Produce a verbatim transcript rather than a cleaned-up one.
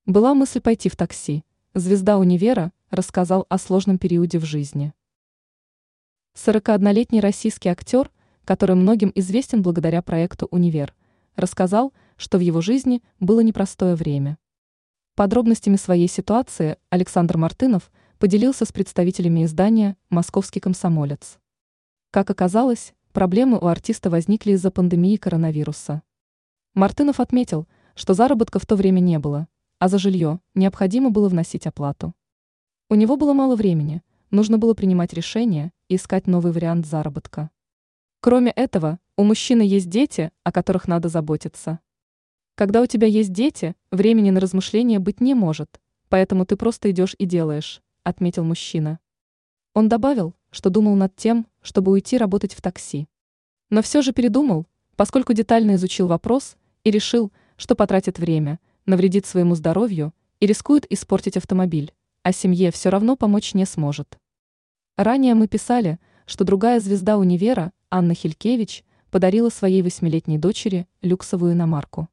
Была мысль пойти в такси. Звезда универа рассказал о сложном периоде в жизни. сорокаоднолетний российский актер, который многим известен благодаря проекту «Универ», рассказал, что в его жизни было непростое время. Подробностями своей ситуации Александр Мартынов поделился с представителями издания «Московский комсомолец». Как оказалось, проблемы у артиста возникли из-за пандемии коронавируса. Мартынов отметил, что заработка в то время не было, а за жилье необходимо было вносить оплату. У него было мало времени, нужно было принимать решения и искать новый вариант заработка. Кроме этого, у мужчины есть дети, о которых надо заботиться. Когда у тебя есть дети, времени на размышления быть не может, поэтому ты просто идешь и делаешь, отметил мужчина. Он добавил, что думал над тем, чтобы уйти работать в такси. Но все же передумал, поскольку детально изучил вопрос и решил, что потратит время, навредит своему здоровью и рискует испортить автомобиль, а семье все равно помочь не сможет. Ранее мы писали, что другая звезда универа, Анна Хилькевич, подарила своей восьмилетней дочери люксовую иномарку.